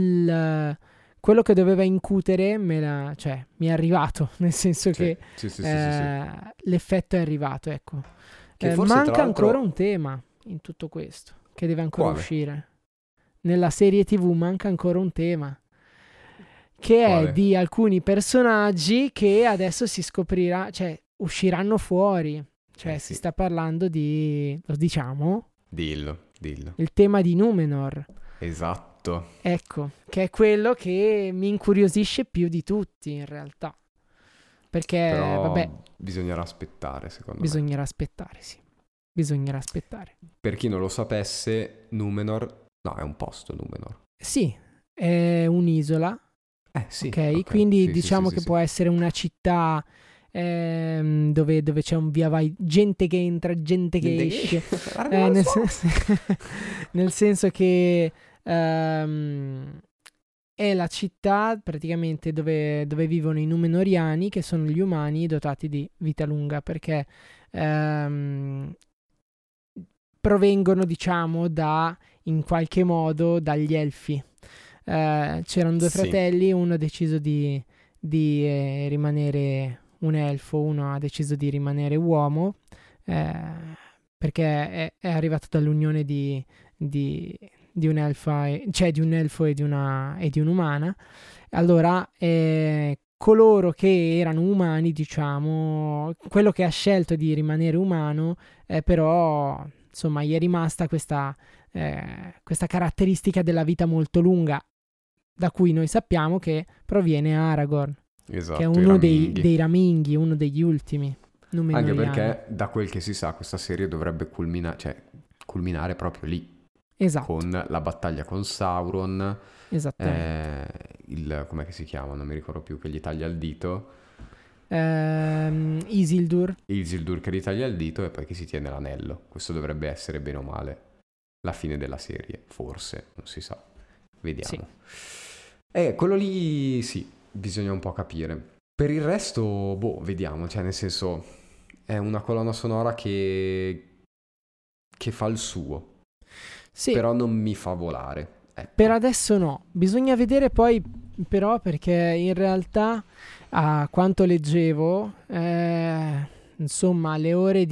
quello che doveva incutere cioè, mi è arrivato, nel senso Sì, che sì, sì, sì, sì, sì. l'effetto è arrivato, ecco. Che forse tra Manca ancora un l'altro... tema in tutto questo, che deve ancora Quale? uscire. Nella serie TV manca ancora un tema che è Quale? di alcuni personaggi che adesso si scoprirà, cioè usciranno fuori. Eh Cioè si sì, sta parlando di, lo diciamo, dillo, dillo. il tema di Numenor. Esatto. Ecco, che è quello che mi incuriosisce più di tutti in realtà. Perché, vabbè, Però bisognerà aspettare, secondo me. bisognerà aspettare, sì. Bisognerà aspettare. Per chi non lo sapesse, Numenor... No, è un posto Numenor. Sì, è un'isola. Sì, Ok, ok. quindi Sì, sì, sì, diciamo sì, che sì. può essere una città dove c'è un via vai, gente che entra, gente che Gente esce, che... Arriva il nel, suono! nel senso che è la città praticamente dove vivono i Numenoriani, che sono gli umani dotati di vita lunga, perché ehm, provengono, diciamo, in qualche modo dagli elfi. C'erano due Sì, fratelli, uno ha deciso di rimanere un elfo, uno ha deciso di rimanere uomo, perché è arrivato dall'unione di un elfa, cioè di un elfo e di un'umana. Allora, coloro che erano umani, diciamo, quello che ha scelto di rimanere umano, però, insomma, gli è rimasta questa caratteristica della vita molto lunga, da cui noi sappiamo che proviene Aragorn, che è esatto, i uno raminghi. dei Raminghi, uno degli ultimi Anche Númenóreani. perché, da quel che si sa, questa serie dovrebbe culminare proprio lì, Esatto, con la battaglia con Sauron, esattamente. com'è che si chiama? Non mi ricordo più, che gli taglia il dito, Isildur, Isildur che gli taglia il dito e poi che si tiene l'anello. Questo dovrebbe essere bene o male la fine della serie, forse, non si sa. sì. Vediamo. Quello lì sì, bisogna un po' capire. Per il resto, boh, vediamo, cioè nel senso è una colonna sonora che fa il suo, Sì, però non mi fa volare, per ecco. adesso no, bisogna vedere poi però, perché in realtà a quanto leggevo, insomma,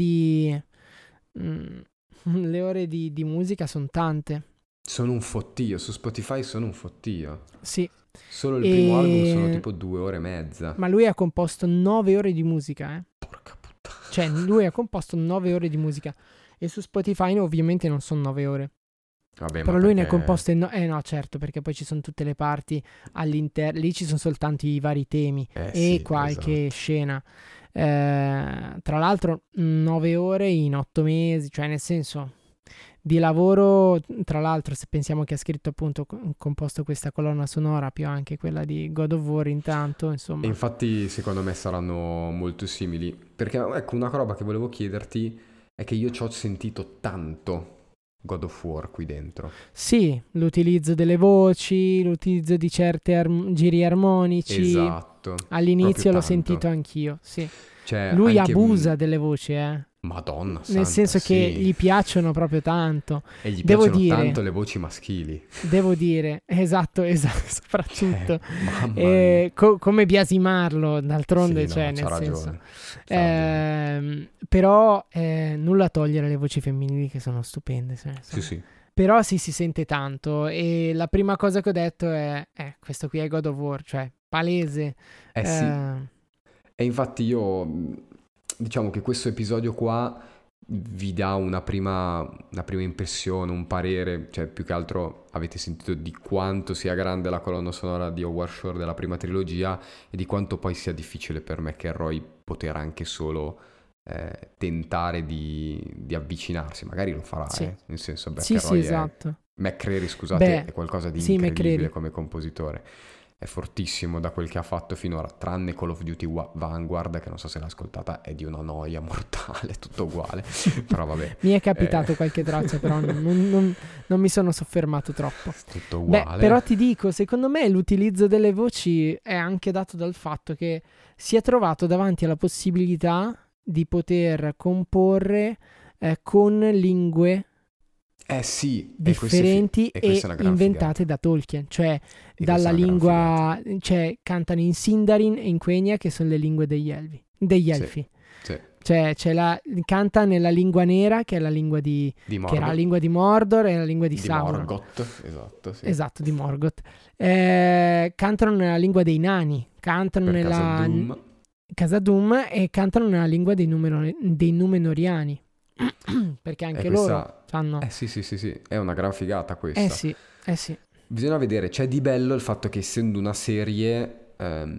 mm, le ore di musica sono tante. Sono un fottio, su Spotify sono un fottio. Sì, Solo il primo album sono e... tipo 2 ore e mezza. ma lui ha composto 9 ore di musica, eh. Porca puttana. Cioè, lui ha composto 9 ore di musica e su Spotify ovviamente non sono 9 ore. Vabbè, ma Però lui ne ha perché... composte, no, certo, perché poi ci sono tutte le parti all'interno, lì ci sono soltanto i vari temi Eh e sì, qualche esatto. scena. Tra l'altro 9 ore in 8 mesi, cioè nel senso di lavoro, tra l'altro se pensiamo che ha scritto appunto, composto questa colonna sonora più anche quella di God of War intanto, E insomma. infatti secondo me saranno molto simili. Perché ecco, una roba che volevo chiederti è che io ci ho sentito tanto God of War qui dentro. Sì, l'utilizzo delle voci, l'utilizzo di certi giri armonici, Esatto, proprio all'inizio l'ho sentito tanto. anch'io, sì. Cioè, Lui anche... abusa delle voci, eh. Madonna Nel santa, senso che sì. gli piacciono proprio tanto. E gli Devo piacciono tanto dire, le voci maschili. esatto, Cioè, soprattutto. mamma mia. Come biasimarlo, d'altronde, Sì, cioè, no, c'ha nel senso. ragione. C'ha ragione. Però nulla a togliere alle voci femminili che sono stupende. Sì, sì. Però sì, si sente tanto. E la prima cosa che ho detto è, questo qui è God of War, cioè, palese. Eh sì. Eh, E infatti io, diciamo che questo episodio qua vi dà una prima impressione, un parere, cioè più che altro avete sentito di quanto sia grande la colonna sonora di Howard Shore della prima trilogia e di quanto poi sia difficile per McElroy poter anche solo tentare di avvicinarsi, magari lo farà, sì, nel senso sì, sì, McElroy è... esatto. McCreary, scusate, Beh, è qualcosa di sì, incredibile McCreary. come compositore. È fortissimo da quel che ha fatto finora, tranne Call of Duty Vanguard, che non so se l'ha ascoltata, è di una noia mortale, tutto uguale. Però vabbè, Mi è è capitato qualche traccia, però non mi sono soffermato troppo. tutto Beh, però ti uguale. dico, secondo me l'utilizzo delle voci è anche dato dal fatto che si è trovato davanti alla possibilità di poter comporre con lingue Eh sì, differenti e e questa è una gran inventate figata. da Tolkien, cioè E questa dalla è una gran figata. lingua, cioè cantano in Sindarin e in Quenya che sono le lingue degli Sì, elfi. sì. Cioè canta nella lingua nera che è la lingua Di che era la Morgoth. lingua di Mordor e la lingua di Di Sauron. Morgoth, esatto, sì. Esatto, di Morgoth. Cantano nella lingua dei nani, cantano Per casa nella Doom. Khazad-dûm e cantano nella lingua dei Númenóreani. Perché E anche loro questa... sanno. sì, sì, sì, sì, è una gran figata Eh questa. sì, eh sì, Bisogna vedere, c'è di bello il fatto che essendo una serie,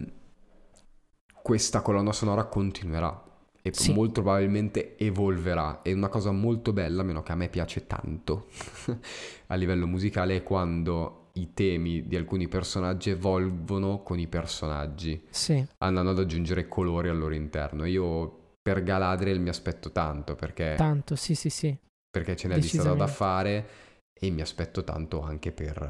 questa colonna sonora continuerà e sì, molto probabilmente evolverà. E una cosa molto bella, almeno che a me piace tanto a livello musicale, è quando i temi di alcuni personaggi evolvono con i personaggi, sì, andando ad aggiungere colori al loro interno. Io per Galadriel mi aspetto tanto tanto, sì, sì, sì, perché ce n'è di strada da decisamente. fare e mi aspetto tanto anche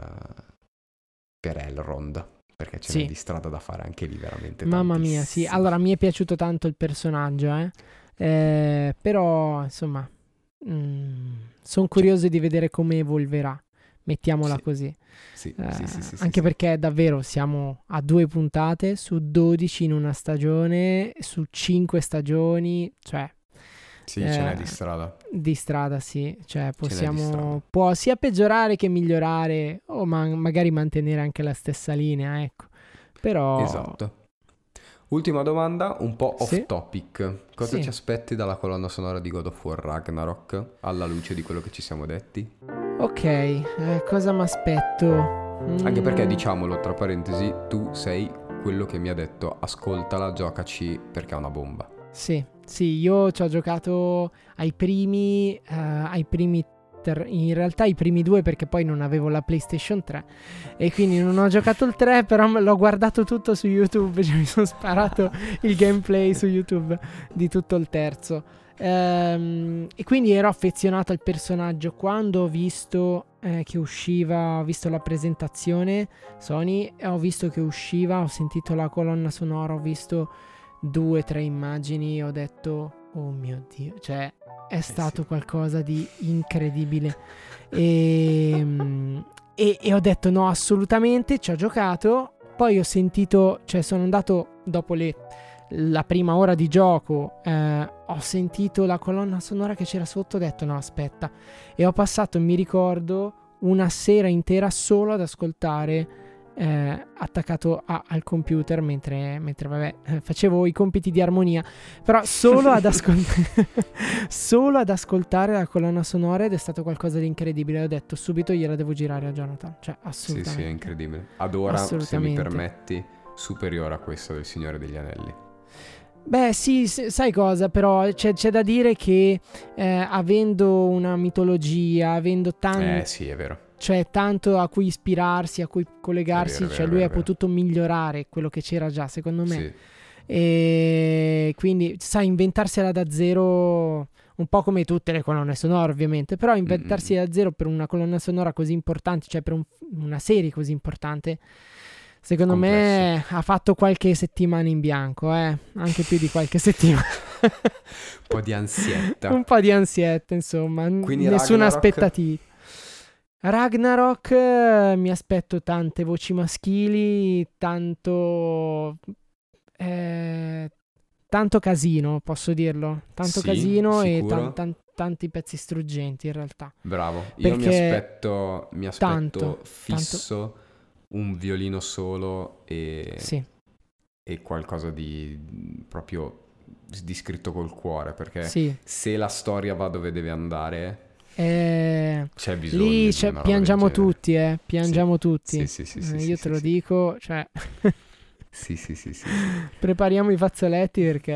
per Elrond, perché ce n'è Sì, di strada da fare anche lì veramente mamma mia, sì. tantissima. Allora, mi è piaciuto tanto il personaggio, eh. Però insomma sono curioso di vedere come evolverà, mettiamola Sì, così. sì, Eh, sì, sì, sì, sì, Anche sì. perché davvero siamo a 2 puntate su 12 in una stagione, su 5 stagioni, cioè Sì, ce n'è eh, di strada. di strada, sì, cioè Ce n'è di strada. può sia peggiorare che migliorare o magari mantenere anche la stessa linea, ecco. Però Esatto. Ultima domanda, un po' off sì, topic. Cosa sì. ti aspetti dalla colonna sonora di God of War Ragnarok, alla luce di quello che ci siamo detti? Ok, cosa mi aspetto? Anche perché, diciamolo, tra parentesi, tu sei quello che mi ha detto ascoltala, giocaci perché è una bomba. Sì, sì, io ci ho giocato in realtà i primi due perché poi non avevo la PlayStation 3 e quindi non ho giocato il 3, però l'ho guardato tutto su YouTube, cioè mi sono sparato il gameplay su YouTube di tutto il terzo. E quindi ero affezionato al personaggio quando ho visto che usciva, ho visto la presentazione Sony, ho visto che usciva, ho sentito la colonna sonora, ho visto 2 o 3 immagini, ho detto oh mio Dio, cioè è stato Sì. qualcosa di incredibile e ho detto no, assolutamente, ci ho giocato, poi ho sentito, cioè sono andato dopo la prima ora di gioco, ho sentito la colonna sonora che c'era sotto, ho detto no aspetta, e ho passato, mi ricordo, una sera intera solo ad ascoltare attaccato al computer mentre vabbè, facevo i compiti di armonia, però solo solo ad ascoltare la colonna sonora, ed è stato qualcosa di incredibile. Ho detto subito gliela devo girare a Jonathan, cioè Sì, sì, è assolutamente, incredibile. Ad ora, se mi assolutamente. permetti, superiore a questo del Signore degli Anelli. Beh sì, sai cosa, però c'è da dire che avendo una mitologia, avendo Sì, è vero. cioè tanto a cui ispirarsi, a cui È vero, collegarsi, è cioè vero, è lui vero, ha è vero. potuto migliorare quello che c'era già, secondo me. Sì. E quindi, sai, inventarsela da zero, un po' come tutte le colonne sonore, ovviamente, però Mm-mm. inventarsi da zero per una colonna sonora così importante, cioè per una serie così importante, secondo Complesso. me ha fatto qualche settimana in bianco, anche più di qualche settimana. Un po' di Un ansietta. po' di ansietta, insomma, Quindi nessuna Ragnarok? aspettativa. Ragnarok, mi aspetto tante voci maschili, eh, tanto casino, posso dirlo, tanto Sì, casino e sicuro. tanti pezzi struggenti in realtà, Bravo. Io mi perché aspetto, mi tanto, aspetto tanto, fisso un violino solo sì. e qualcosa di proprio di scritto col cuore, perché Sì, se la storia va dove deve andare, eh, c'è lì bisogno di una roba del piangiamo genere. tutti, Sì, piangiamo tutti. sì, sì, sì, sì, sì, Io te sì, lo sì. dico, cioè, Sì, sì, sì, sì, sì. prepariamo i fazzoletti perché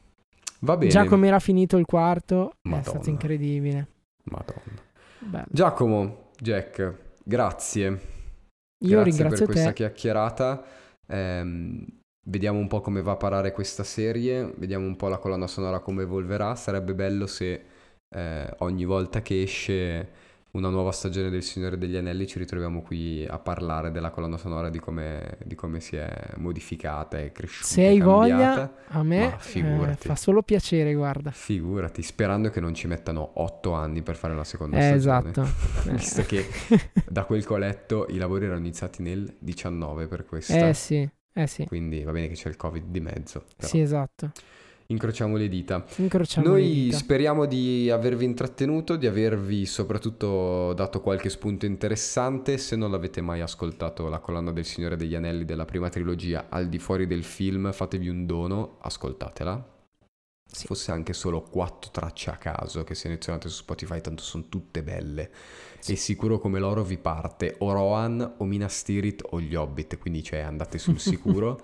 Va già bene. come era finito il quarto è stato Madonna, incredibile. Madonna. Bello. Giacomo, Jack, grazie. Io Grazie per ringrazio questa te. chiacchierata. Ehm, Vediamo un po' come va a parare questa serie, vediamo un po' la colonna sonora come evolverà. Sarebbe bello se ogni volta che esce una nuova stagione del Signore degli Anelli ci ritroviamo qui a parlare della colonna sonora, di come si è modificata, è Se cresciuta, è hai voglia, cambiata. a me Ma figurati, fa solo piacere, guarda. figurati, sperando che non ci mettano 8 anni per fare la seconda stagione, Esatto. visto che da quel che ho letto i lavori erano iniziati nel 19 per questa, Sì, sì, quindi va bene che c'è il Covid di mezzo, però sì, esatto. incrociamo le dita. Incrociamo le Noi dita. speriamo di avervi intrattenuto, di avervi soprattutto dato qualche spunto interessante. Se non l'avete mai ascoltato la colonna del Signore degli Anelli della prima trilogia al di fuori del film, fatevi un dono, ascoltatela. Sì. Fosse anche solo 4 tracce a caso che selezionate su Spotify, tanto sono tutte belle. E Sì. sicuro come loro vi parte o Rohan o Minas Tirith o gli Hobbit, quindi cioè andate sul sicuro.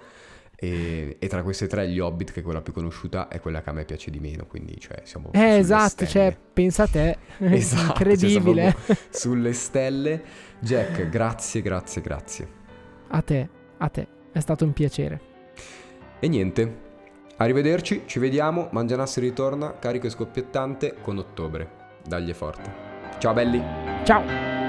E tra queste tre gli Hobbit, che è quella più conosciuta, è quella che a me piace di meno, quindi cioè siamo sulle Esatto, cioè, stelle. pensa a te. Esatto, cioè siamo Incredibile. proprio sulle stelle. Jack, grazie, grazie, grazie. A te, a te. È stato un piacere. E niente, arrivederci, ci vediamo. Mangianassi ritorna carico e scoppiettante con ottobre. Dagli forte. Ciao belli! Ciao.